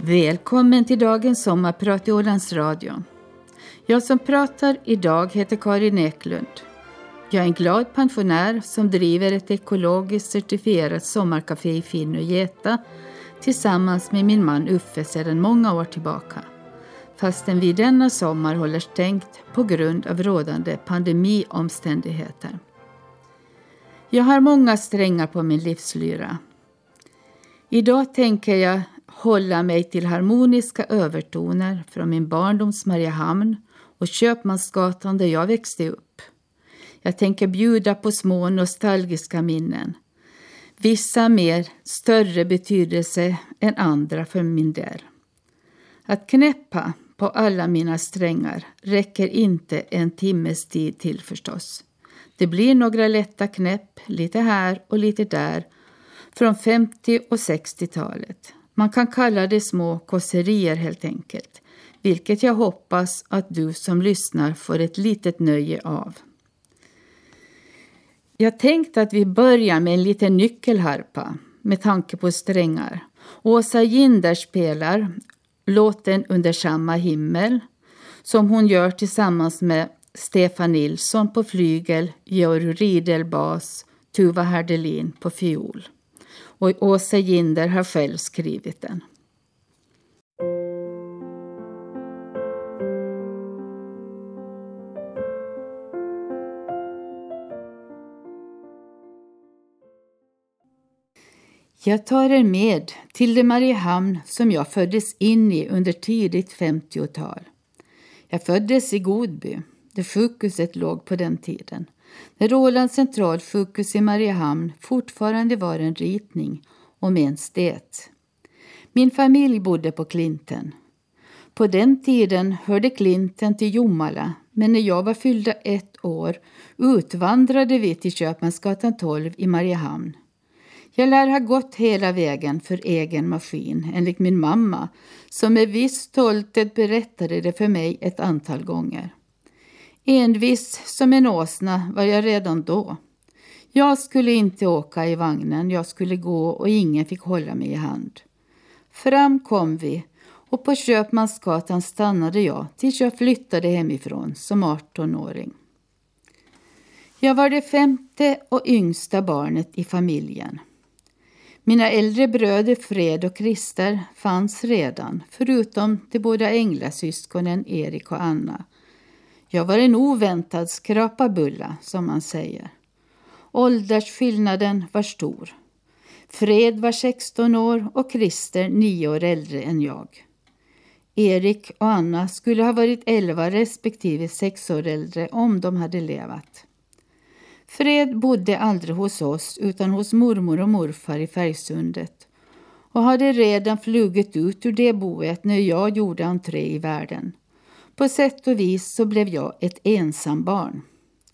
Välkommen till dagens sommarprat i Ålands Radio. Jag som pratar idag heter Karin Eklund. Jag är en glad pensionär som driver ett ekologiskt certifierat sommarkafé i Finnögeta tillsammans med min man Uffe sedan många år tillbaka. Fastän vi denna sommar håller stängt på grund av rådande pandemiomständigheter. Jag har många strängar på min livslyra. Idag tänker jag hålla mig till harmoniska övertoner från min barndoms Mariehamn och Köpmansgatan där jag växte upp. Jag tänker bjuda på små nostalgiska minnen. Vissa mer större betydelse än andra för min del. Att knäppa på alla mina strängar räcker inte en timmes tid till förstås. Det blir några lätta knäpp, lite här och lite där, från 50- och 60-talet. Man kan kalla det små kosserier helt enkelt, vilket jag hoppas att du som lyssnar får ett litet nöje av. Jag tänkte att vi börjar med en liten nyckelharpa med tanke på strängar. Åsa Ginder spelar låten Under samma himmel som hon gör tillsammans med Stefan Nilsson på flygel, Georg Riedel bas, Tuva Herdelin på fiol. Och Åsa Ginder har själv skrivit den. Jag tar er med till det Mariehamn som jag föddes in i under tidigt 50-tal. Jag föddes i Godby, där sjukhuset låg på den tiden. När Ålands centralsjukhus i Mariehamn fortfarande var en ritning, om ens det. Min familj bodde på Klinten. På den tiden hörde Klinten till Jomala, men när jag var fyllda 1 år utvandrade vi till Köpmansgatan 12 i Mariehamn. Jag lär ha gått hela vägen för egen maskin, enligt min mamma, som med viss stolthet berättade det för mig ett antal gånger. Envis som en åsna var jag redan då. Jag skulle inte åka i vagnen, jag skulle gå och ingen fick hålla mig i hand. Fram kom vi och på Köpmansgatan stannade jag tills jag flyttade hemifrån som 18-åring. Jag var det 5:e och yngsta barnet i familjen. Mina äldre bröder Fred och Christer fanns redan, förutom de båda änglasyskonen Erik och Anna. Jag var en oväntad skrapabulla, som man säger. Åldersskillnaden var stor. Fred var 16 år och Christer 9 år äldre än jag. Erik och Anna skulle ha varit 11 respektive 6 år äldre om de hade levat. Fred bodde aldrig hos oss utan hos mormor och morfar i Färgsundet och hade redan flugit ut ur det boet när jag gjorde entré i världen. På sätt och vis så blev jag ett ensam barn.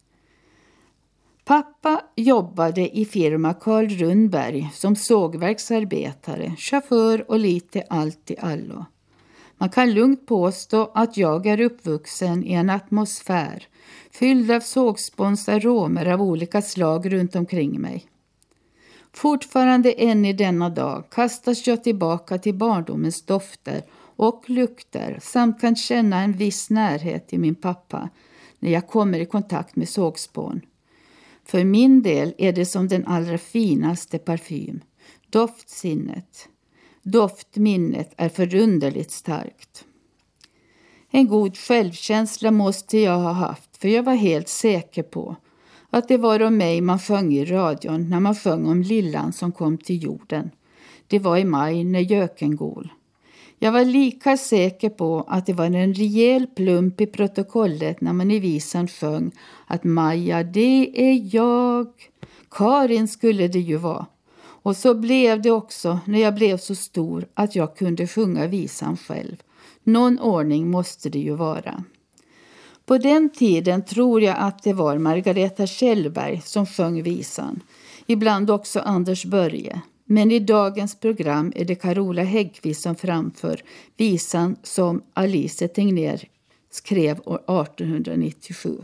Pappa jobbade i firma Carl Rundberg som sågverksarbetare, chaufför och lite allt i allo. Man kan lugnt påstå att jag är uppvuxen i en atmosfär fylld av sågspånsaromer av olika slag runt omkring mig. Fortfarande än i denna dag kastas jag tillbaka till barndomens dofter och lukter samt kan känna en viss närhet till min pappa när jag kommer i kontakt med sågspån. För min del är det som den allra finaste parfym, doftsinnet. Doftminnet är förunderligt starkt. En god självkänsla måste jag ha haft, för jag var helt säker på att det var om mig man sjöng i radion när man sjöng om lillan som kom till jorden. Det var i maj när göken gol. Jag var lika säker på att det var en rejäl plump i protokollet när man i visan sjöng att Maja, det är jag. Karin skulle det ju vara. Och så blev det också när jag blev så stor att jag kunde sjunga visan själv. Någon ordning måste det ju vara. På den tiden tror jag att det var Margareta Kjellberg som sjöng visan. Ibland också Anders Börje. Men i dagens program är det Carola Häggkvist som framför visan som Alice Tegnér skrev år 1897.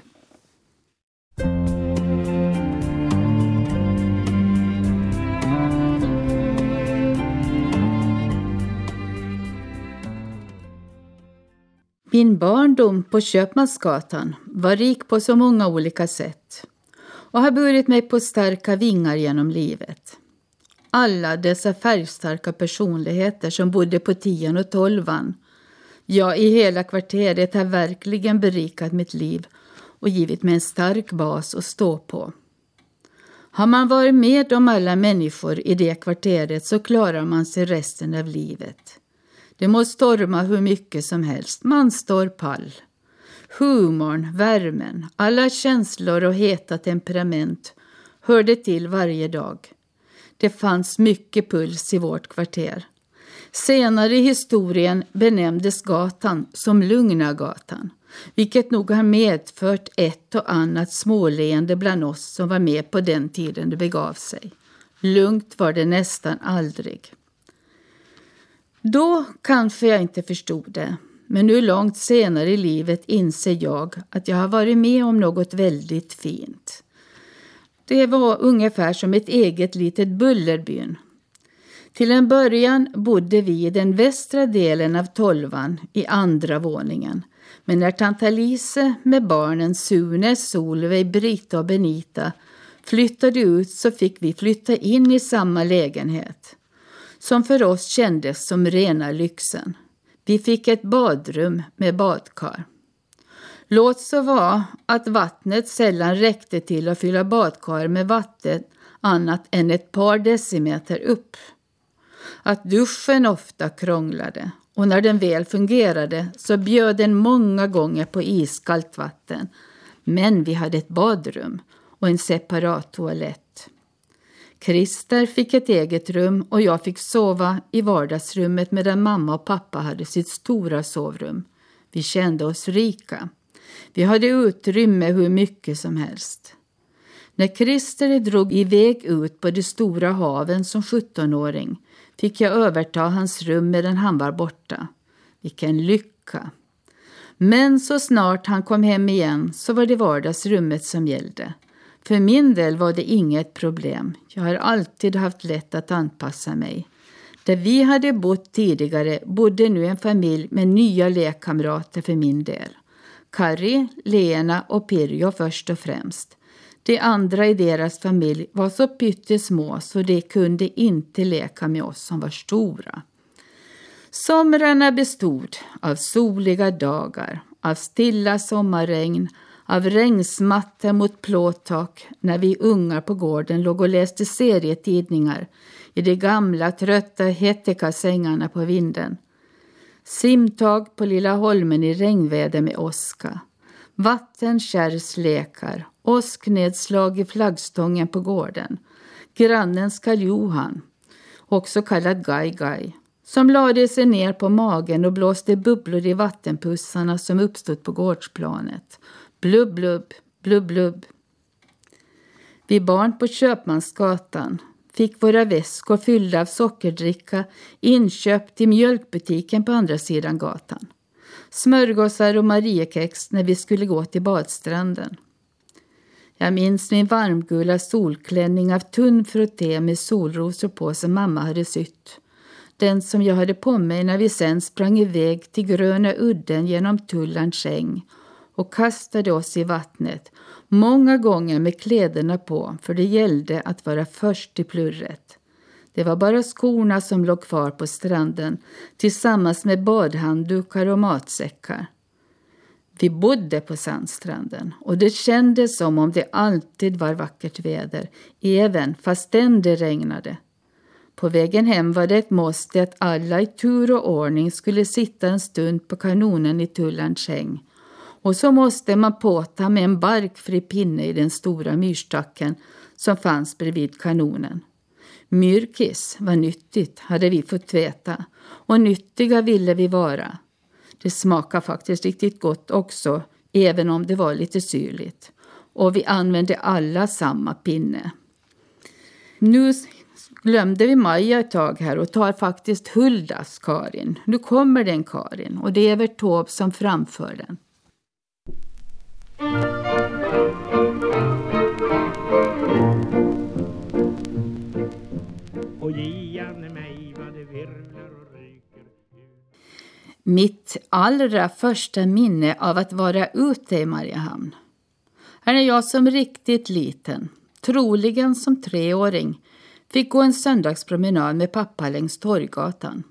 Min barndom på Köpmansgatan var rik på så många olika sätt och har burit mig på starka vingar genom livet. Alla dessa färgstarka personligheter som bodde på 10 och 12, ja i hela kvarteret, har verkligen berikat mitt liv och givit mig en stark bas att stå på. Har man varit med om alla människor i det kvarteret så klarar man sig resten av livet. Det må storma hur mycket som helst, man står pall. Humorn, värmen, alla känslor och heta temperament hörde till varje dag. Det fanns mycket puls i vårt kvarter. Senare i historien benämndes gatan som Lugna gatan, vilket nog har medfört ett och annat småleende bland oss som var med på den tiden det begav sig. Lugnt var det nästan aldrig. Då kanske jag inte förstod det, men nu långt senare i livet inser jag att jag har varit med om något väldigt fint. Det var ungefär som ett eget litet Bullerbyn. Till en början bodde vi i den västra delen av 12 i andra våningen. Men när tant Alice med barnen Sune, Solveig, Britta och Benita flyttade ut så fick vi flytta in i samma lägenhet. Som för oss kändes som rena lyxen. Vi fick ett badrum med badkar. Låt så vara att vattnet sällan räckte till att fylla badkar med vatten annat än ett par decimeter upp. Att duschen ofta krånglade och när den väl fungerade så bjöd den många gånger på iskallt vatten. Men vi hade ett badrum och en separat toalett. Christer fick ett eget rum och jag fick sova i vardagsrummet medan mamma och pappa hade sitt stora sovrum. Vi kände oss rika. Vi hade utrymme hur mycket som helst. När Christer drog iväg ut på de stora haven som 17-åring fick jag överta hans rum medan han var borta. Vilken lycka! Men så snart han kom hem igen så var det vardagsrummet som gällde. För min del var det inget problem. Jag har alltid haft lätt att anpassa mig. Där vi hade bott tidigare bodde nu en familj med nya lekkamrater för min del. Kari, Lena och Pirjo först och främst. De andra i deras familj var så pyttesmå så de kunde inte leka med oss som var stora. Somrarna bestod av soliga dagar, av stilla sommarregn, av regnsmatter mot plåttak när vi ungar på gården låg och läste serietidningar i de gamla trötta hettekasängarna på vinden. Simtag på Lilla Holmen i regnväder med åska. Vattenkärrslekar, åsknedslag i flaggstången på gården. Grannens Karl Johan, också kallad Gai Gai, som lade sig ner på magen och blåste bubblor i vattenpussarna som uppstod på gårdsplanet. Blubb, blubb, blubb, blubb. Vi barn på Köpmansgatan fick våra väskor fyllda av sockerdricka inköpt i mjölkbutiken på andra sidan gatan. Smörgåsar och mariekex när vi skulle gå till badstranden. Jag minns min varmgula solklänning av tunn frotté med solrosor på som mamma hade sytt. Den som jag hade på mig när vi sen sprang iväg till Gröna udden genom Tullarns äng och kastade oss i vattnet, många gånger med kläderna på för det gällde att vara först i plurret. Det var bara skorna som låg kvar på stranden tillsammans med badhanddukar och matsäckar. Vi bodde på sandstranden och det kändes som om det alltid var vackert väder, även fastän det regnade. På vägen hem var det ett måste att alla i tur och ordning skulle sitta en stund på kanonen i Tullarns häng. Och så måste man påta med en barkfri pinne i den stora myrstacken som fanns bredvid kanonen. Myrkiss var nyttigt, hade vi fått veta, och nyttiga ville vi vara. Det smakade faktiskt riktigt gott också, även om det var lite syrligt. Och vi använde alla samma pinne. Nu glömde vi Maja ett tag här och tar faktiskt Huldas Karin. Nu kommer den Karin och det är Evert Taube som framför den. Mitt mitt allra första minne av att vara ute i Mariehamn. Här är jag som riktigt liten, troligen som 3-åring, fick gå en söndagspromenad med pappa längs Torggatan.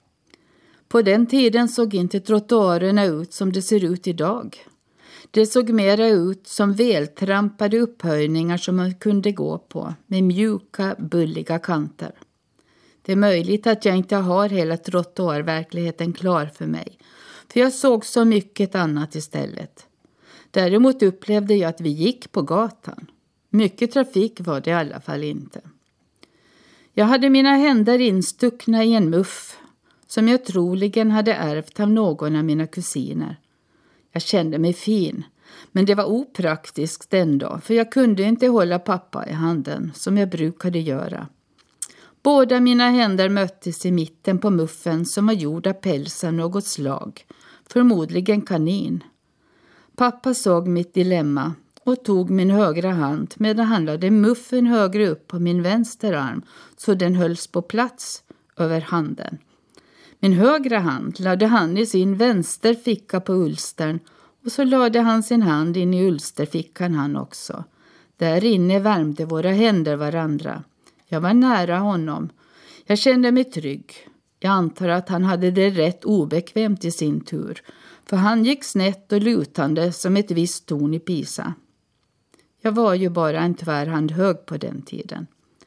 På den tiden såg inte trottoarerna ut som det ser ut idag. Det såg mera ut som vältrampade upphöjningar som man kunde gå på med mjuka, bulliga kanter. Det är möjligt att jag inte har hela trottoarverkligheten klar för mig, för jag såg så mycket annat istället. Däremot upplevde jag att vi gick på gatan. Mycket trafik var det i alla fall inte. Jag hade mina händer instuckna i en muff som jag troligen hade ärvt av någon av mina kusiner. Jag kände mig fin, men det var opraktiskt ändå, för jag kunde inte hålla pappa i handen som jag brukade göra. Båda mina händer möttes i mitten på muffen som var gjord av päls av något slag, förmodligen kanin. Pappa såg mitt dilemma och tog min högra hand medan han lade muffen högre upp på min vänsterarm så den hölls på plats över handen. Min högra hand lade han i sin vänsterficka på ulstern och så lade han sin hand in i ulsterfickan han också. Där inne värmde våra händer varandra. Jag var nära honom. Jag kände mig trygg. Jag antar att han hade det rätt obekvämt i sin tur, för han gick snett och lutande som ett visst torn i Pisa. Jag var ju bara en tvärhand hög på den tiden.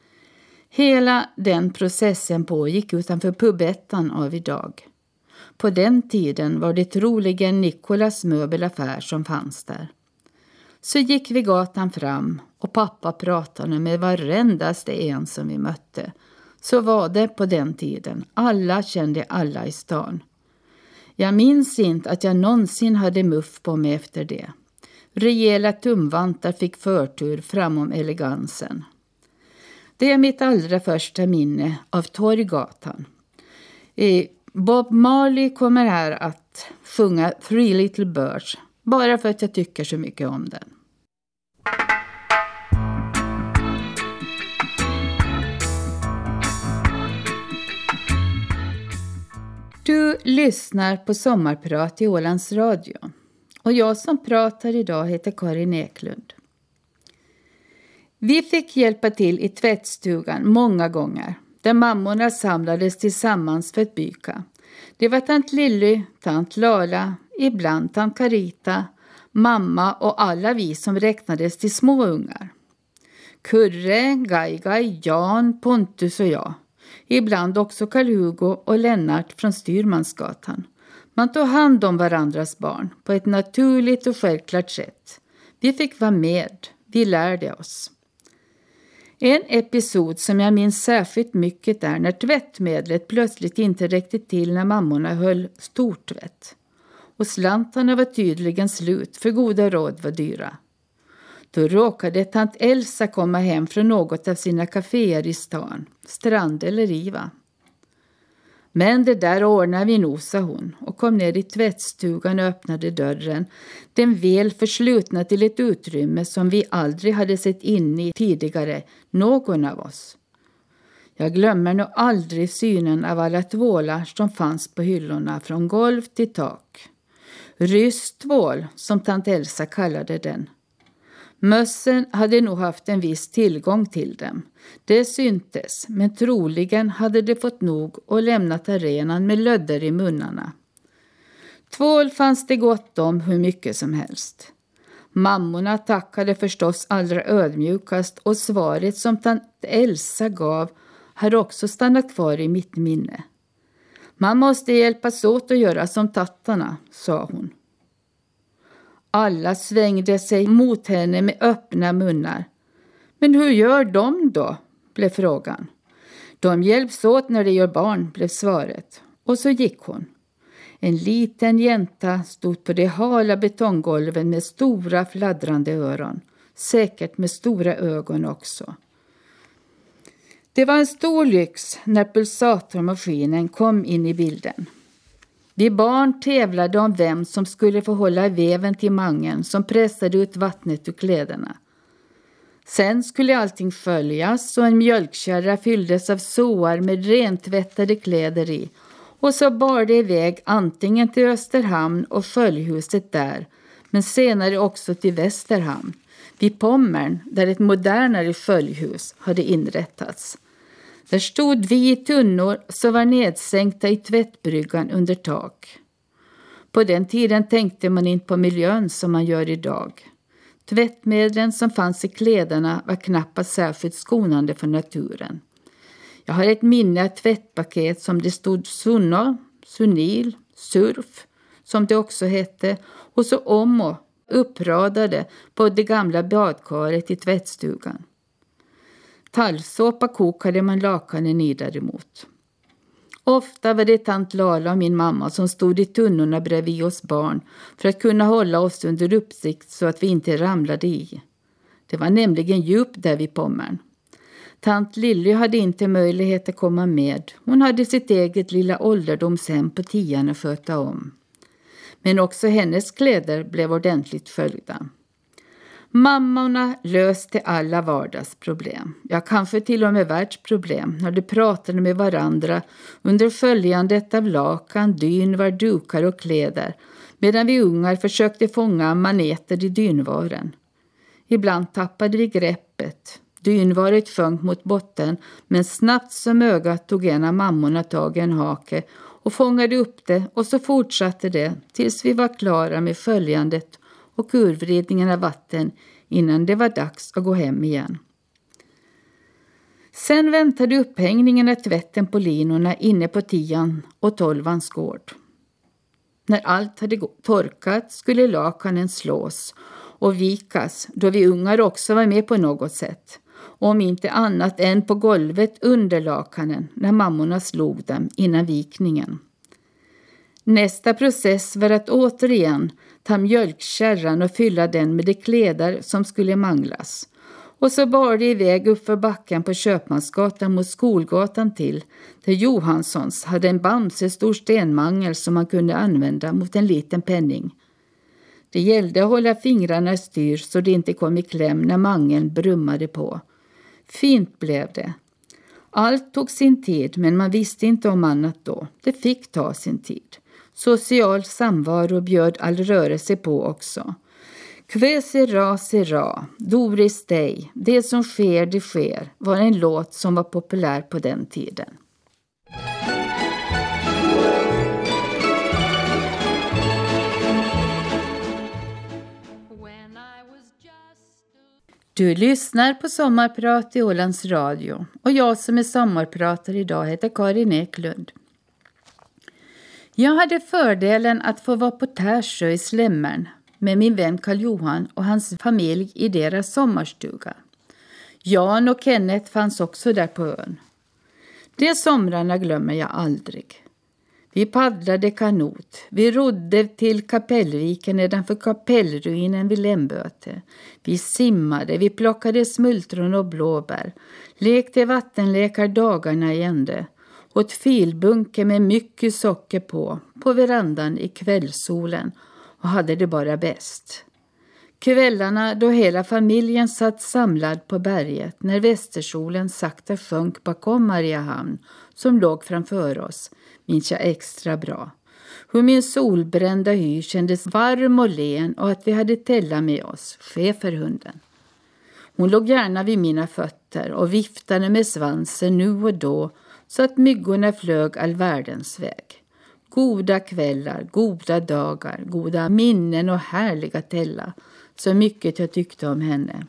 Hela den processen pågick utanför pubettan av idag. På den tiden var det troligen Nikolas möbelaffär som fanns där. Så gick vi gatan fram och pappa pratade med varendaste en som vi mötte. Så var det på den tiden. Alla kände alla i stan. Jag minns inte att jag någonsin hade muff på mig efter det. Rejäla tumvantar fick förtur framom elegansen. Det är mitt allra första minne av Torggatan. Bob Marley kommer här att sjunga Three Little Birds, bara för att jag tycker så mycket om den. Du lyssnar på Sommarprat i Ålands Radio. Och jag som pratar idag heter Karin Eklund. Vi fick hjälpa till i tvättstugan många gånger, där mammorna samlades tillsammans för att byka. Det var tant Lilly, tant Lala, ibland tant Carita, mamma och alla vi som räknades till små ungar. Kurre, Gai, Jan, Pontus och jag. Ibland också Karl-Hugo och Lennart från Styrmansgatan. Man tog hand om varandras barn på ett naturligt och självklart sätt. Vi fick vara med, vi lärde oss. En episod som jag minns särskilt mycket är när tvättmedlet plötsligt inte räckte till när mammorna höll stortvätt. Och slantarna var tydligen slut, för goda råd var dyra. Då råkade tant Elsa komma hem från något av sina kaféer i stan, Strand eller Riva. Men det där ordnar vi nog, sa hon och kom ner i tvättstugan och öppnade dörren. Den väl förslutna till ett utrymme som vi aldrig hade sett in i tidigare, någon av oss. Jag glömmer nog aldrig synen av alla tvålar som fanns på hyllorna från golv till tak. Rystvål, som tant Elsa kallade den. Mössen hade nog haft en viss tillgång till dem. Det syntes, men troligen hade de fått nog och lämnat arenan med lödder i munnarna. Tvål fanns det gott om hur mycket som helst. Mammorna tackade förstås allra ödmjukast och svaret som tant Elsa gav har också stannat kvar i mitt minne. Man måste hjälpas åt att göra som tattarna, sa hon. Alla svängde sig mot henne med öppna munnar. Men hur gör de då? Blev frågan. De hjälps åt när de gör barn, blev svaret. Och så gick hon. En liten jänta stod på det hala betonggolven med stora fladdrande öron. Säkert med stora ögon också. Det var en stor lyx när pulsatormaskinen kom in i bilden. Vi barn tävlade om vem som skulle få hålla väven till mangen som pressade ut vattnet ur kläderna. Sen skulle allting följas och en mjölkkärra fylldes av såar med rentvättade kläder i Och så bar det iväg antingen till Österhamn och sköljhuset där, men senare också till Västerhamn, vid Pommern, där ett modernare sköljhus hade inrättats. Där stod vi i tunnor som var nedsänkta i tvättbryggan under tak. På den tiden tänkte man inte på miljön som man gör idag. Tvättmedlen som fanns i kläderna var knappast särskilt skonande för naturen. Jag har ett minne av tvättpaket som det stod Sunna, Sunil, Surf, som det också hette, och så Omo uppradade på det gamla badkaret i tvättstugan. Tallsåpa kokade man lakanen i däremot. Ofta var det tant Lala och min mamma som stod i tunnorna bredvid oss barn för att kunna hålla oss under uppsikt så att vi inte ramlade i. Det var nämligen djupt där vid Pommern. Tant Lilly hade inte möjlighet att komma med. Hon hade sitt eget lilla ålderdomshem på Tian att sköta om. Men också hennes kläder blev ordentligt följda. Mammorna löste alla vardagsproblem. Ja, kanske till och med världsproblem när de pratade med varandra under följandet av lakan, dynvar, dukar och kläder, medan vi ungar försökte fånga maneter i dynvaren. Ibland tappade vi greppet. Dynvaret sjönk mot botten, men snabbt som ögat tog en av mammorna tag i en hake och fångade upp det, och så fortsatte det tills vi var klara med sköljandet och urvridningen av vatten innan det var dags att gå hem igen. Sen väntade upphängningen av tvätten på linorna inne på Tian och Tolvans gård. När allt hade torkat skulle lakanen slås och vikas, då vi ungar också var med på något sätt. Om inte annat än på golvet under lakanen när mammorna slog dem innan vikningen. Nästa process var att återigen ta mjölkkärran och fylla den med de kläder som skulle manglas. Och så bar det iväg upp för backen på Köpmansgatan mot Skolgatan till, där Johanssons hade en bamsestor stenmangel som man kunde använda mot en liten penning. Det gällde att hålla fingrarna i styr så det inte kom i kläm när mangeln brummade på. Fint blev det. Allt tog sin tid, men man visste inte om annat då. Det fick ta sin tid. Social samvaro bjöd all rörelse på också. Kve sera, Doris Day, det som sker, det sker, var en låt som var populär på den tiden. Du lyssnar på Sommarprat i Ålands Radio, och jag som är sommarpratare idag heter Karin Eklund. Jag hade fördelen att få vara på Tärsjö i Slemmern med min vän Karl Johan och hans familj i deras sommarstuga. Jan och Kenneth fanns också där på ön. De somrarna glömmer jag aldrig. Vi paddlade kanot. Vi rodde till Kapellviken nedanför kapellruinen vid Lämböte. Vi simmade, vi plockade smultron och blåbär. Lekte vattenlekar dagarna i ände. Åt filbunke med mycket socker på verandan i kvällssolen, och hade det bara bäst. Kvällarna då hela familjen satt samlad på berget när västersolen sakta sjönk bakom Mariehamn som låg framför oss, minns jag extra bra. Hur min solbrända hy kändes varm och len, och att vi hade Tella med oss, schäferhunden. Hon låg gärna vid mina fötter och viftade med svansen nu och då så att myggorna flög all världens väg. Goda kvällar, goda dagar, goda minnen och härliga Tella. Så mycket jag tyckte om henne.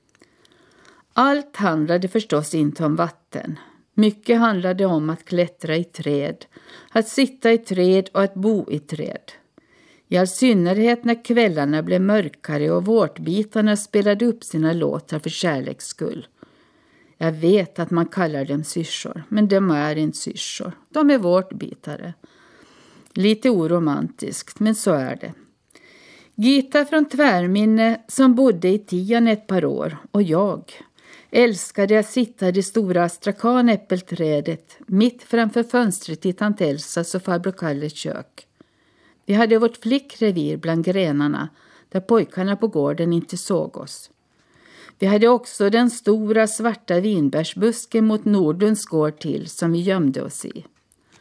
Allt handlade förstås inte om vatten. Mycket handlade om att klättra i träd, att sitta i träd och att bo i träd. I all synnerhet när kvällarna blev mörkare och vårtbitarna spelade upp sina låtar för kärleks skull. Jag vet att man kallar dem syrsor, men de är inte syrsor. De är vårtbitare. Lite oromantiskt, men så är det. Gita från Tvärminne som bodde i Tian ett par år, och jag älskade att sitta i det stora astrakanäppelträdet mitt framför fönstret i tant Elsas och farbror Kalles kök. Vi hade vårt flickrevir bland grenarna där pojkarna på gården inte såg oss. Vi hade också den stora svarta vinbärsbusken mot Nordens gård till som vi gömde oss i.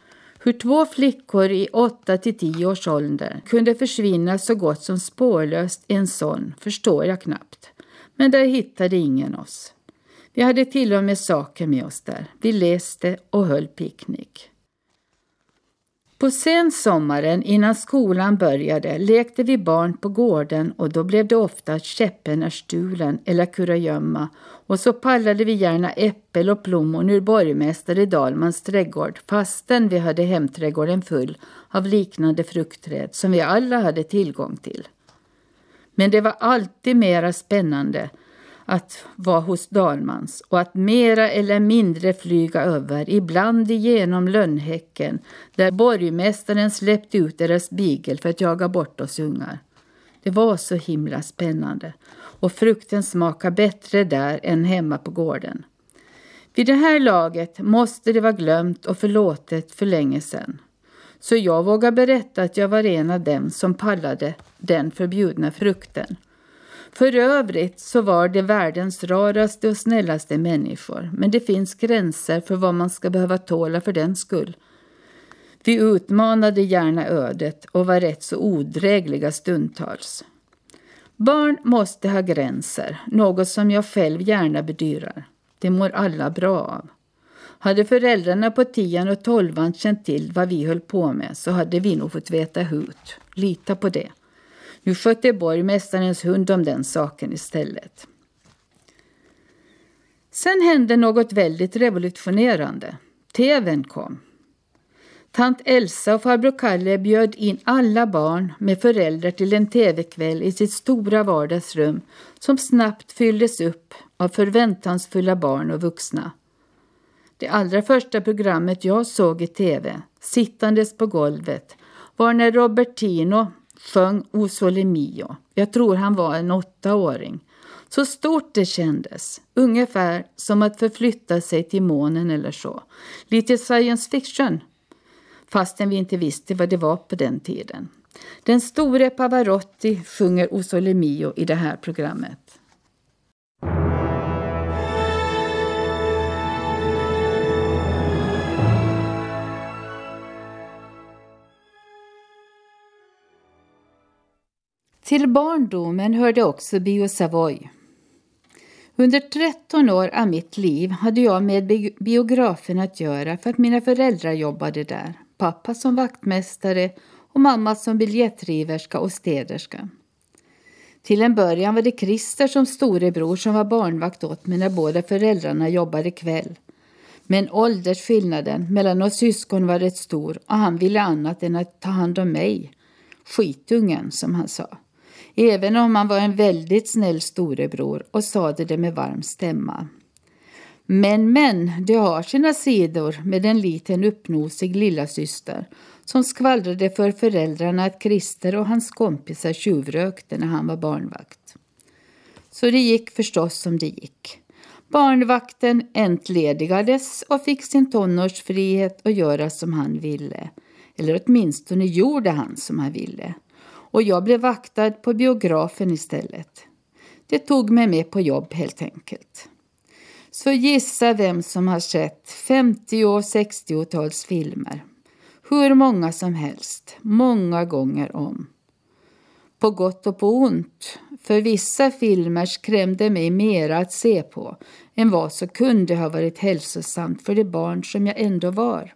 Hur 2 flickor i 8-10 års ålder kunde försvinna så gott som spårlöst en sån förstår jag knappt. Men där hittade ingen oss. Vi hade till och med saker med oss där. Vi läste och höll picknick. På sensommaren innan skolan började lekte vi barn på gården och då blev det ofta käppen är stulen eller kurragömma och så pallade vi gärna äppel och plommon ur borgmästare Dahlmans trädgård fastän vi hade hemträdgården full av liknande fruktträd som vi alla hade tillgång till. Men det var alltid mera spännande att vara hos Dahlmans och att mera eller mindre flyga över, ibland igenom lönnhäcken där borgmästaren släppte ut deras bigel för att jaga bort oss ungar. Det var så himla spännande och frukten smakade bättre där än hemma på gården. Vid det här laget måste det vara glömt och förlåtet för länge sedan. Så jag vågar berätta att jag var en av dem som pallade den förbjudna frukten. För övrigt så var det världens raraste och snällaste människor, men det finns gränser för vad man ska behöva tåla för den skull. Vi utmanade gärna ödet och var rätt så odrägliga stundtals. Barn måste ha gränser, något som jag själv gärna bedyrar. Det mår alla bra av. Hade föräldrarna på 10 och 12 känt till vad vi höll på med så hade vi nog fått veta hut. Lita på det. Nu skötte borgmästarens hund om den saken istället. Sen hände något väldigt revolutionerande. TV:n kom. Tant Elsa och farbror Kalle bjöd in alla barn med föräldrar till en tv-kväll i sitt stora vardagsrum som snabbt fylldes upp av förväntansfulla barn och vuxna. Det allra första programmet jag såg i tv, sittandes på golvet, var när Robertino sjöng O Sole Mio. Jag tror han var en 8-åring. Så stort det kändes. Ungefär som att förflytta sig till månen eller så. Lite science fiction. Fastän vi inte visste vad det var på den tiden. Den store Pavarotti sjunger O Sole Mio i det här programmet. Till barndomen hörde också Bio Savoy. Under 13 år av mitt liv hade jag med biografen att göra för att mina föräldrar jobbade där. Pappa som vaktmästare och mamma som biljettriverska och städerska. Till en början var det Christer som storebror som var barnvakt åt mig när båda föräldrarna jobbade kväll. Men åldersskillnaden mellan oss syskon var rätt stor och han ville annat än att ta hand om mig. Skitungen som han sa. Även om han var en väldigt snäll storebror och sade det med varm stämma. Men det har sina sidor med en liten uppnosig lilla syster som skvallrade för föräldrarna att Christer och hans kompisar tjuvrökte när han var barnvakt. Så det gick förstås som det gick. Barnvakten entledigades och fick sin tonårsfrihet att göra som han ville. Eller åtminstone gjorde han som han ville. Och jag blev vaktad på biografen istället. Det tog mig med på jobb helt enkelt. Så gissa vem som har sett 50- och 60-tals filmer. Hur många som helst, många gånger om. På gott och på ont, för vissa filmer skrämde mig mera att se på än vad så kunde ha varit hälsosamt för det barn som jag ändå var.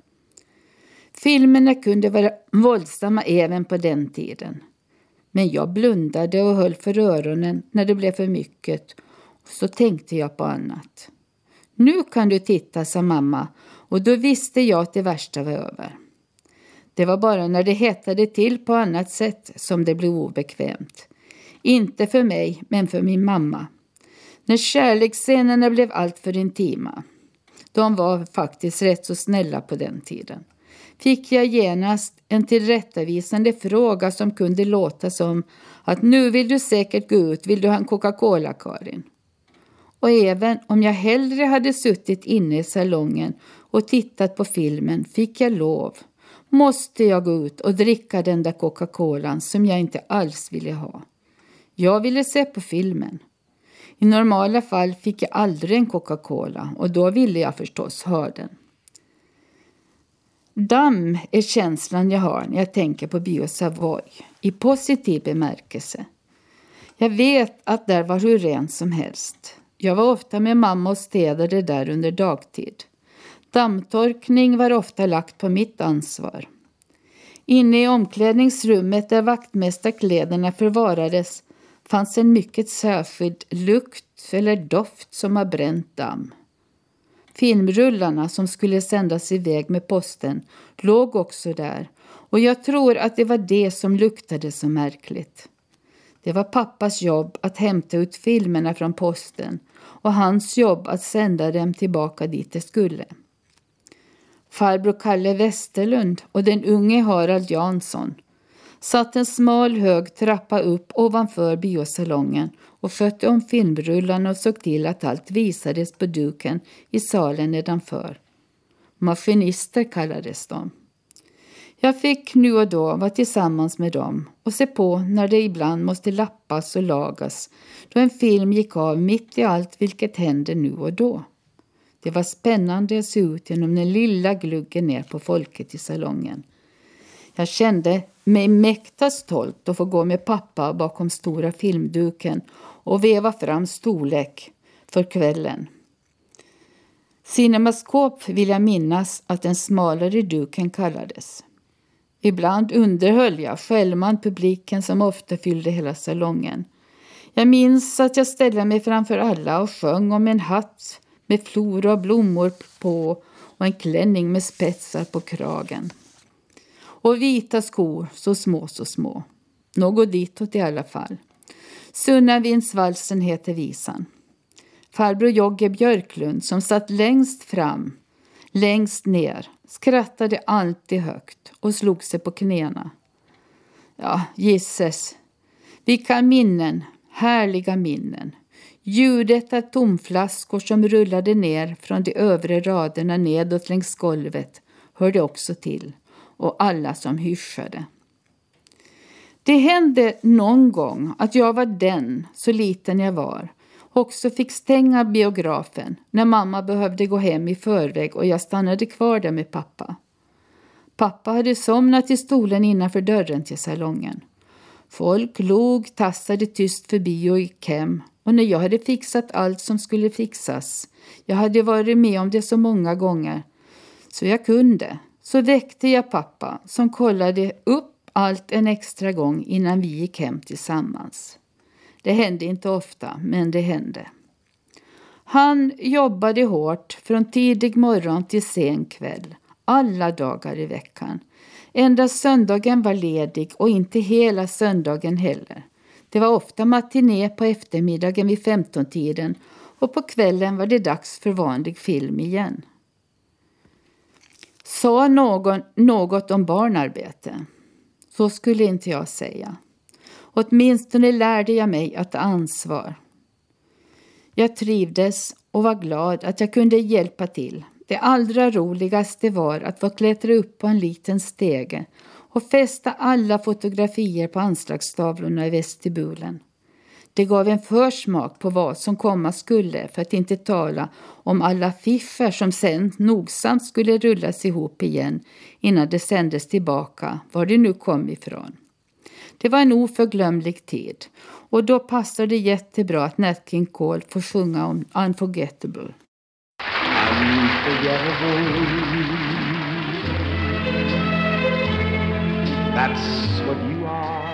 Filmerna kunde vara våldsamma även på den tiden. Men jag blundade och höll för öronen när det blev för mycket och så tänkte jag på annat. Nu kan du titta, sa mamma, och då visste jag att det värsta var över. Det var bara när det hettade till på annat sätt som det blev obekvämt. Inte för mig, men för min mamma. När kärleksscenerna blev allt för intima. De var faktiskt rätt så snälla på den tiden. Fick jag genast en tillrättavisande fråga som kunde låta som att nu vill du säkert gå ut, vill du ha en Coca-Cola, Karin? Och även om jag hellre hade suttit inne i salongen och tittat på filmen fick jag lov. Måste jag gå ut och dricka den där Coca-Colan som jag inte alls ville ha. Jag ville se på filmen. I normala fall fick jag aldrig en Coca-Cola och då ville jag förstås ha den. Damm är känslan jag har när jag tänker på Bio Savoy, i positiv bemärkelse. Jag vet att där var hur rent som helst. Jag var ofta med mamma och städade där under dagtid. Dammtorkning var ofta lagt på mitt ansvar. Inne i omklädningsrummet där vaktmästarkläderna förvarades fanns en mycket särskild lukt eller doft som har bränt damm. Filmrullarna som skulle sändas iväg med posten låg också där, och jag tror att det var det som luktade så märkligt. Det var pappas jobb att hämta ut filmerna från posten och hans jobb att sända dem tillbaka dit det skulle. Farbror Kalle Westerlund och den unge Harald Jansson satt en smal hög trappa upp ovanför biosalongen och skötte om filmrullarna och såg till att allt visades på duken i salen nedanför. Maskinister kallades de. Jag fick nu och då vara tillsammans med dem och se på när det ibland måste lappas och lagas, då en film gick av mitt i allt vilket hände nu och då. Det var spännande att se ut genom den lilla gluggen ner på folket i salongen. Jag kände mig mäkta stolt att få gå med pappa bakom stora filmduken och veva fram storlek för kvällen. Cinemaskop vill jag minnas att den smalare duken kallades. Ibland underhöll jag självmant publiken som ofta fyllde hela salongen. Jag minns att jag ställde mig framför alla och sjöng om en hatt med flora och blommor på och en klänning med spetsar på kragen. Och vita skor, så små. Något ditåt i alla fall. Sunnavindsvalsen heter visan. Farbror Jogge Björklund som satt längst fram, längst ner, skrattade alltid högt och slog sig på knäna. Ja, gisses. Vilka minnen, härliga minnen. Ljudet av tomflaskor som rullade ner från de övre raderna nedåt längs golvet hörde också till, och alla som hyschade. Det hände någon gång att jag var den, så liten jag var, också fick stänga biografen när mamma behövde gå hem i förväg och jag stannade kvar där med pappa. Pappa hade somnat i stolen innanför dörren till salongen. Folk log, tassade tyst förbi och gick hem, och när jag hade fixat allt som skulle fixas, jag hade varit med om det så många gånger, så jag kunde, så väckte jag pappa som kollade upp allt en extra gång innan vi gick hem tillsammans. Det hände inte ofta, men det hände. Han jobbade hårt från tidig morgon till sen kväll, alla dagar i veckan. Endast söndagen var ledig och inte hela söndagen heller. Det var ofta matiné på eftermiddagen vid 15-tiden och på kvällen var det dags för vanlig film igen. Sa någon något om barnarbete? Så skulle inte jag säga. Åtminstone lärde jag mig att ta ansvar. Jag trivdes och var glad att jag kunde hjälpa till. Det allra roligaste var att få klättra upp på en liten stege och fästa alla fotografier på anslagstavlorna i vestibulen. Det gav en försmak på vad som komma skulle, för att inte tala om alla affischer som sen nogsamt skulle rullas ihop igen innan det sändes tillbaka, var det nu kom ifrån. Det var en oförglömlig tid, och då passade det jättebra att Nat King Cole får sjunga om Unforgettable. Unforgettable. That's what you are.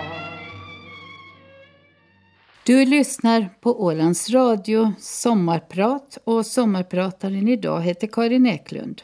Du lyssnar på Ålands Radio Sommarprat, och sommarprataren idag heter Karin Eklund.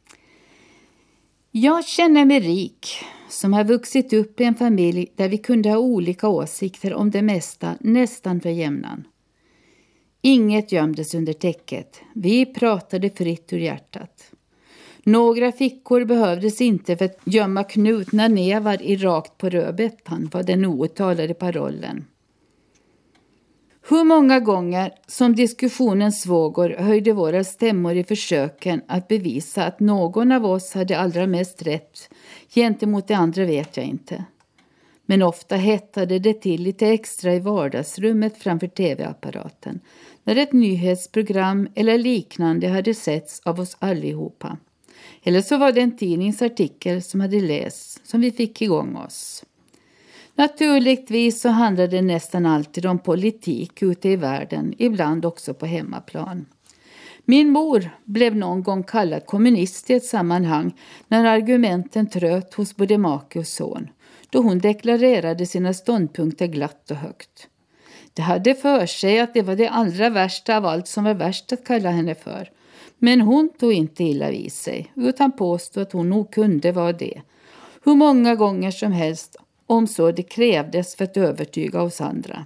Jag känner mig rik som har vuxit upp i en familj där vi kunde ha olika åsikter om det mesta nästan för jämnan. Inget gömdes under täcket. Vi pratade fritt ur hjärtat. Några fickor behövdes inte för att gömma knutna nävar i rakt på rödbetan, var den outtalade parollen. Hur många gånger som diskussionens vågor höjde våra stämmor i försöken att bevisa att någon av oss hade allra mest rätt gentemot det andra vet jag inte. Men ofta hettade det till lite extra i vardagsrummet framför tv-apparaten när ett nyhetsprogram eller liknande hade setts av oss allihopa. Eller så var det en tidningsartikel som hade lästs som vi fick igång oss. Naturligtvis så handlade det nästan alltid om politik ute i världen, ibland också på hemmaplan. Min mor blev någon gång kallad kommunist i ett sammanhang när argumenten tröt hos både make och son, då hon deklarerade sina ståndpunkter glatt och högt. Det hade för sig att det var det allra värsta av allt som var värst att kalla henne för. Men hon tog inte illa vid sig, utan påstod att hon nog kunde vara det. Hur många gånger som helst, om så det krävdes för att övertyga oss andra.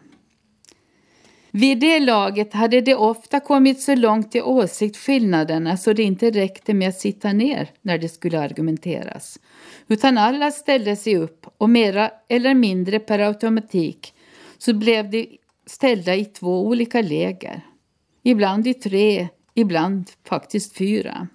Vid det laget hade det ofta kommit så långt i åsiktsskillnaderna så det inte räckte med att sitta ner när det skulle argumenteras. Utan alla ställde sig upp och mera eller mindre per automatik så blev de ställda i 2 olika läger. Ibland i 3, ibland faktiskt 4.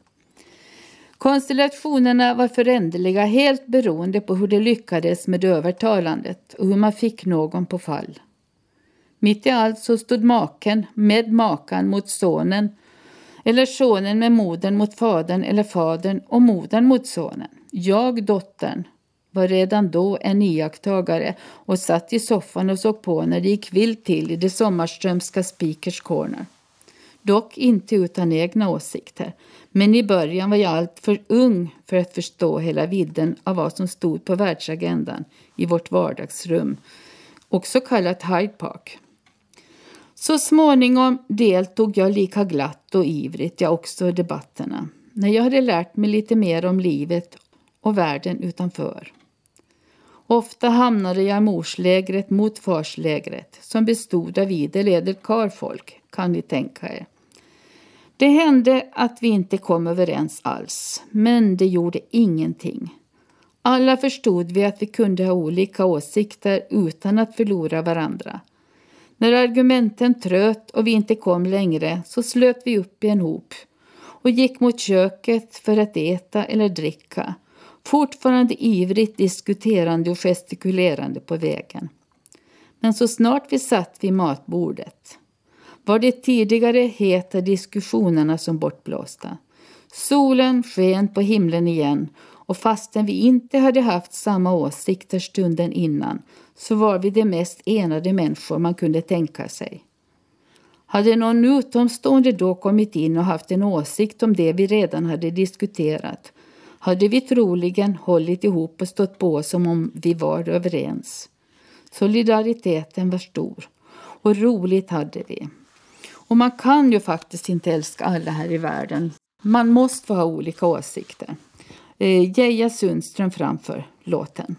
Konstellationerna var föränderliga helt beroende på hur det lyckades med övertalandet och hur man fick någon på fall. Mitt i allt så stod maken med makan mot sonen eller sonen med modern mot fadern eller fadern och modern mot sonen. Jag, dottern, var redan då en iakttagare och satt i soffan och såg på när det gick vilt till i det sommarströmska Speakers Corner. Dock inte utan egna åsikter, men i början var jag allt för ung för att förstå hela vidden av vad som stod på världsagendan i vårt vardagsrum, också kallat Hyde Park. Så småningom deltog jag lika glatt och ivrigt, jag också i debatterna, när jag hade lärt mig lite mer om livet och världen utanför. Ofta hamnade jag i morslägret mot farslägret som bestod av idel karlfolk, kan ni tänka er. Det hände att vi inte kom överens alls, men det gjorde ingenting. Alla förstod vi att vi kunde ha olika åsikter utan att förlora varandra. När argumenten tröt och vi inte kom längre så slöt vi upp i en hop och gick mot köket för att äta eller dricka, fortfarande ivrigt diskuterande och gestikulerande på vägen. Men så snart vi satt vid matbordet var det tidigare heta diskussionerna som bortblåsta. Solen sken på himlen igen och fastän vi inte hade haft samma åsikter stunden innan så var vi de mest enade människor man kunde tänka sig. Hade någon utomstående då kommit in och haft en åsikt om det vi redan hade diskuterat hade vi troligen hållit ihop och stått på som om vi var överens. Solidariteten var stor och roligt hade vi. Och man kan ju faktiskt inte älska alla här i världen. Man måste få ha olika åsikter. Geja Sundström framför låten.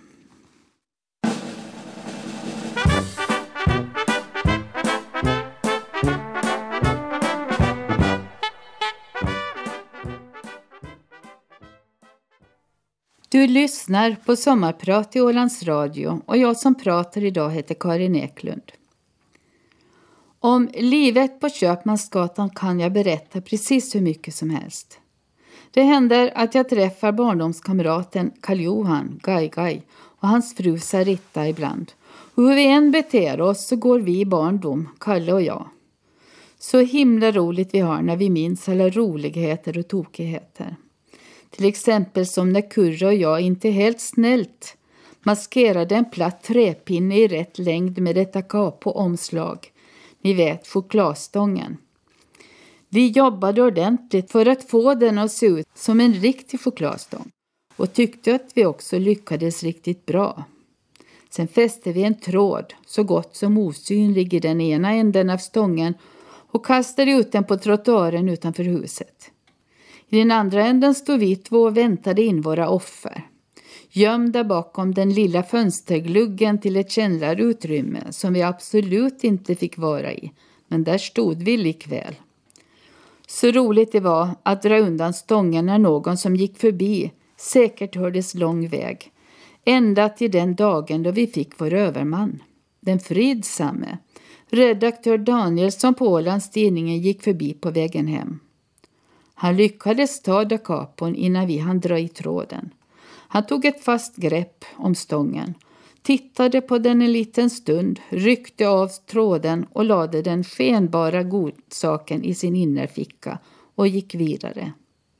Du lyssnar på Sommarprat i Ålands Radio och jag som pratar idag heter Karin Eklund. Om livet på Köpmansgatan kan jag berätta precis hur mycket som helst. Det händer att jag träffar barndomskamraten Karl-Johan Gai och hans fru Sarita ibland. Och hur vi än beter oss så går vi i barndom, Kalle och jag. Så himla roligt vi har när vi minns alla roligheter och tokigheter. Till exempel som när Kurre och jag inte helt snällt maskerade en platt träpinne i rätt längd med ett akapo-omslag. Ni vet, chokladstången. Vi jobbade ordentligt för att få den att se ut som en riktig chokladstång. Och tyckte att vi också lyckades riktigt bra. Sen fäste vi en tråd så gott som osynlig i den ena änden av stången och kastade ut den på trottoaren utanför huset. I den andra änden stod vi 2 och väntade in våra offer. Gömda bakom den lilla fönstergluggen till ett källarutrymme som vi absolut inte fick vara i. Men där stod vi likväl. Så roligt det var att dra undan stången när någon som gick förbi säkert hördes lång väg. Ända till den dagen då vi fick vår överman. Den fridsamme. Redaktör Daniel som på Ålandstidningen gick förbi på vägen hem. Han lyckades ta dakapon innan vi hann dra i tråden. Han tog ett fast grepp om stången, tittade på den en liten stund, ryckte av tråden och lade den skenbara godsaken i sin innerficka och gick vidare.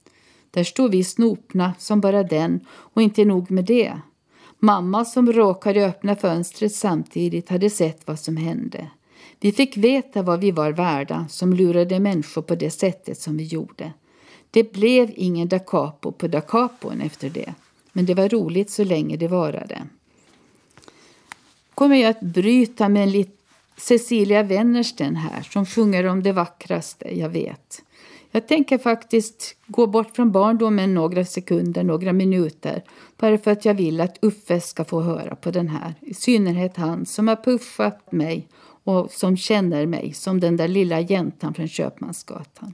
Där stod vi snopna som bara den, och inte nog med det. Mamma som råkade öppna fönstret samtidigt hade sett vad som hände. Vi fick veta vad vi var värda som lurade människor på det sättet som vi gjorde. Det blev ingen da capo på da capon efter det. Men det var roligt så länge det varade. Kommer jag att bryta med en liten Cecilia Wennersten här som sjunger om det vackraste jag vet. Jag tänker faktiskt gå bort från barndomen några sekunder, några minuter. Bara för att jag vill att Uffe ska få höra på den här. I synnerhet han som har puffat mig och som känner mig som den där lilla jäntan från Köpmansgatan.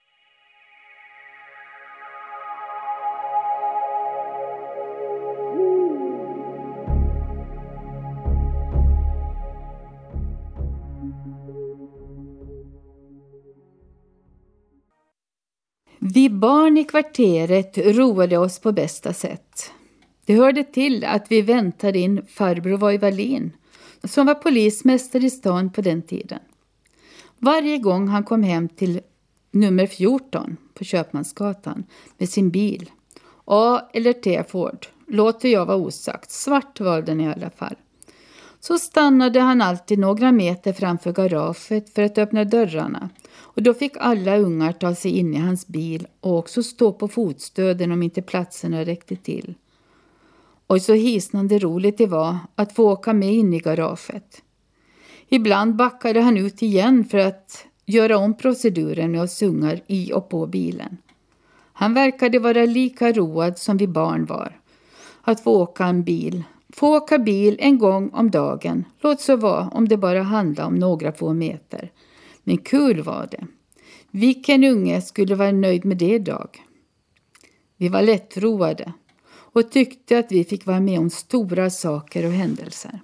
Vi barn i kvarteret roade oss på bästa sätt. Det hörde till att vi väntade in farbror Vojvalin, som var polismästare i stan på den tiden. Varje gång han kom hem till nummer 14 på Köpmansgatan med sin bil, A eller T Ford, låter jag vara osagt, svart var den i alla fall. Så stannade han alltid några meter framför garaget för att öppna dörrarna. Och då fick alla ungar ta sig in i hans bil och också stå på fotstöden om inte platserna räckte till. Och så hisnande roligt det var att få åka med in i garaget. Ibland backade han ut igen för att göra om proceduren med oss ungar i och på bilen. Han verkade vara lika road som vi barn var. Att få åka en bil. Få åka bil en gång om dagen. Låt så vara om det bara handlar om några få meter. Men kul var det. Vilken unge skulle vara nöjd med det idag? Vi var lättroade och tyckte att vi fick vara med om stora saker och händelser.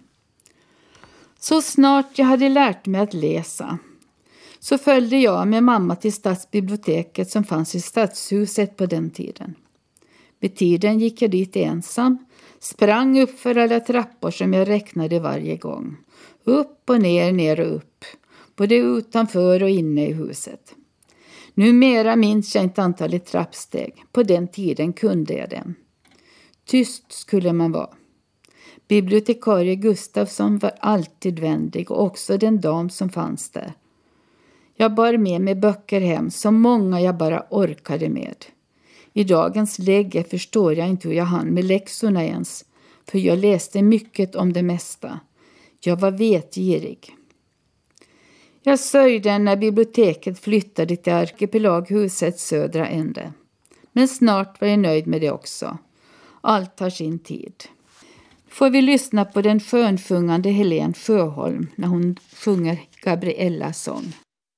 Så snart jag hade lärt mig att läsa så följde jag med mamma till stadsbiblioteket som fanns i stadshuset på den tiden. Vid tiden gick jag dit ensam, sprang upp för alla trappor som jag räknade varje gång. Upp och ner, ner och upp. Både utanför och inne i huset. Numera minns jag inte antalet trappsteg. På den tiden kunde jag det. Tyst skulle man vara. Bibliotekarie Gustafsson var alltid vänlig och också den dam som fanns där. Jag bar med mig böcker hem, så många jag bara orkade med. I dagens läge förstår jag inte hur jag hann med läxorna ens, för jag läste mycket om det mesta. Jag var vetgirig. Jag sörjde när biblioteket flyttade till Arkipelaghusets södra ände. Men snart var jag nöjd med det också. Allt tar sin tid. Får vi lyssna på den skönsjungande Helen Sjöholm när hon sjunger Gabriellas sång.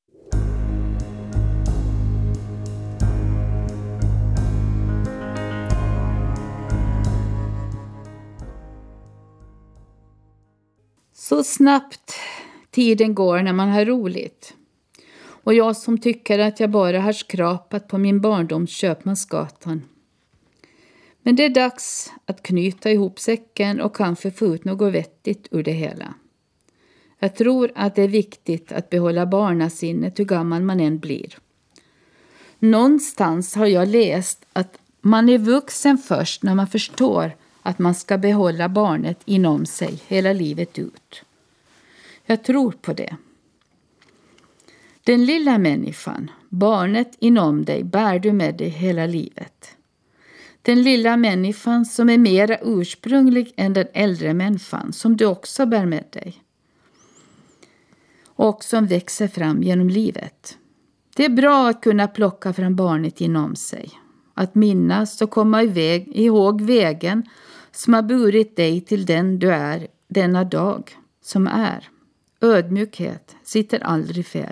Så snabbt tiden går när man har roligt. Och jag som tycker att jag bara har skrapat på min barndoms Köpmansgatan. Men det är dags att knyta ihop säcken och kanske få ut något vettigt ur det hela. Jag tror att det är viktigt att behålla barnasinnet hur gammal man än blir. Någonstans har jag läst att man är vuxen först när man förstår att man ska behålla barnet inom sig hela livet ut. Jag tror på det. Den lilla människan, barnet inom dig, bär du med dig hela livet. Den lilla människan som är mera ursprunglig än den äldre människan som du också bär med dig. Och som växer fram genom livet. Det är bra att kunna plocka fram barnet inom sig. Att minnas och komma ihåg vägen som har burit dig till den du är denna dag som är. Ödmjukhet sitter aldrig fel.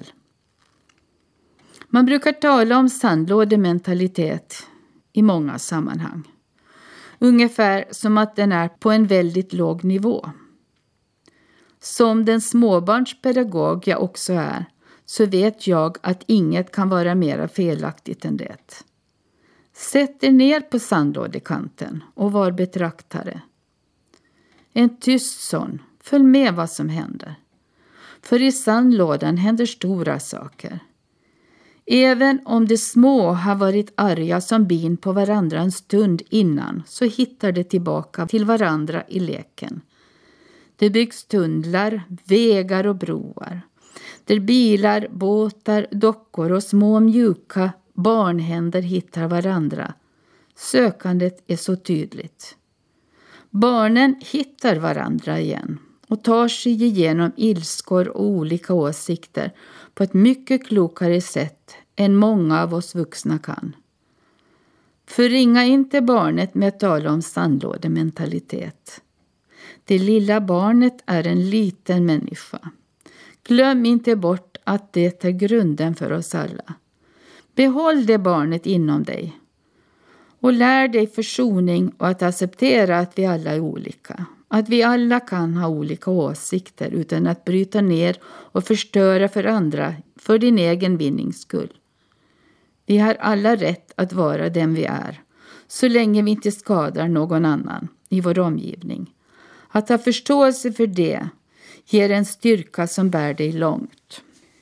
Man brukar tala om sandlådementalitet i många sammanhang. Ungefär som att den är på en väldigt låg nivå. Som den småbarnspedagog jag också är, så vet jag att inget kan vara mer felaktigt än det. Sätt er ner på sandlådekanten och var betraktare. En tyst sån, följ med vad som händer. För i sandlådan händer stora saker. Även om de små har varit arga som bin på varandra en stund innan, så hittar de tillbaka till varandra i leken. Det byggs tunnlar, vägar och broar. Där bilar, båtar, dockor och små mjuka barnhänder hittar varandra. Sökandet är så tydligt. Barnen hittar varandra igen och tar sig igenom ilskor och olika åsikter på ett mycket klokare sätt än många av oss vuxna kan. Förringa inte barnet med att tala om sandlådementalitet. Det lilla barnet är en liten människa. Glöm inte bort att det är grunden för oss alla. Behåll det barnet inom dig. Och lär dig försoning och att acceptera att vi alla är olika. Att vi alla kan ha olika åsikter utan att bryta ner och förstöra för andra för din egen vinnings skull. Vi har alla rätt att vara den vi är, så länge vi inte skadar någon annan i vår omgivning. Att ha förståelse för det ger en styrka som bär dig långt.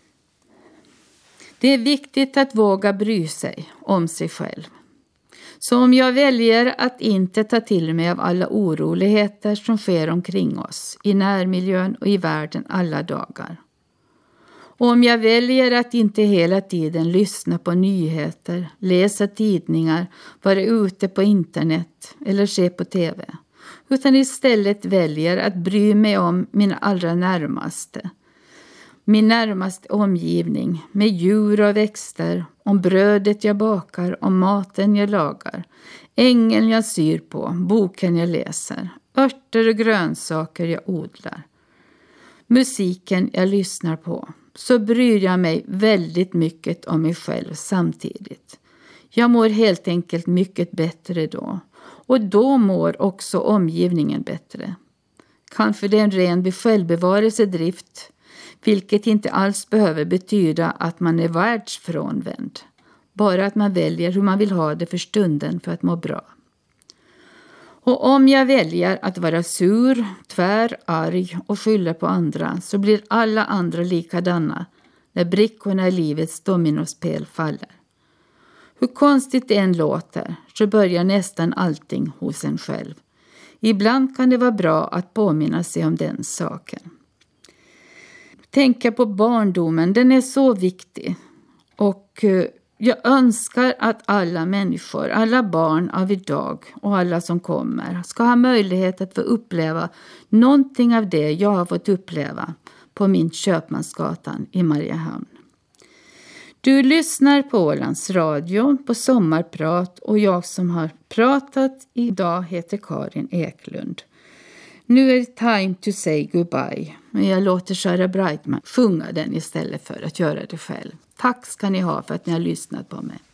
Det är viktigt att våga bry sig om sig själv. Så om jag väljer att inte ta till mig av alla oroligheter som sker omkring oss, i närmiljön och i världen alla dagar. Och om jag väljer att inte hela tiden lyssna på nyheter, läsa tidningar, vara ute på internet eller se på tv. Utan istället väljer att bry mig om min allra närmaste. Min närmaste omgivning med djur och växter, om brödet jag bakar, om maten jag lagar, ängeln jag syr på, boken jag läser, örter och grönsaker jag odlar, musiken jag lyssnar på, så bryr jag mig väldigt mycket om mig själv samtidigt. Jag mår helt enkelt mycket bättre då, och då mår också omgivningen bättre. Kanske det är en ren självbevarelsedrift, vilket inte alls behöver betyda att man är världsfrånvänd. Bara att man väljer hur man vill ha det för stunden för att må bra. Och om jag väljer att vara sur, tvär, arg och skylla på andra, så blir alla andra likadana när brickorna i livets dominospel faller. Hur konstigt det än låter, så börjar nästan allting hos en själv. Ibland kan det vara bra att påminna sig om den saken. Tänka på barndomen, den är så viktig. Och jag önskar att alla människor, alla barn av idag och alla som kommer ska ha möjlighet att få uppleva någonting av det jag har fått uppleva på min Köpmansgatan i Mariehamn. Du lyssnar på Ålands Radio på Sommarprat, och jag som har pratat idag heter Karin Eklund. Nu är det time to say goodbye, men jag låter Shara Brightman sjunga den istället för att göra det själv. Tack ska ni ha för att ni har lyssnat på mig.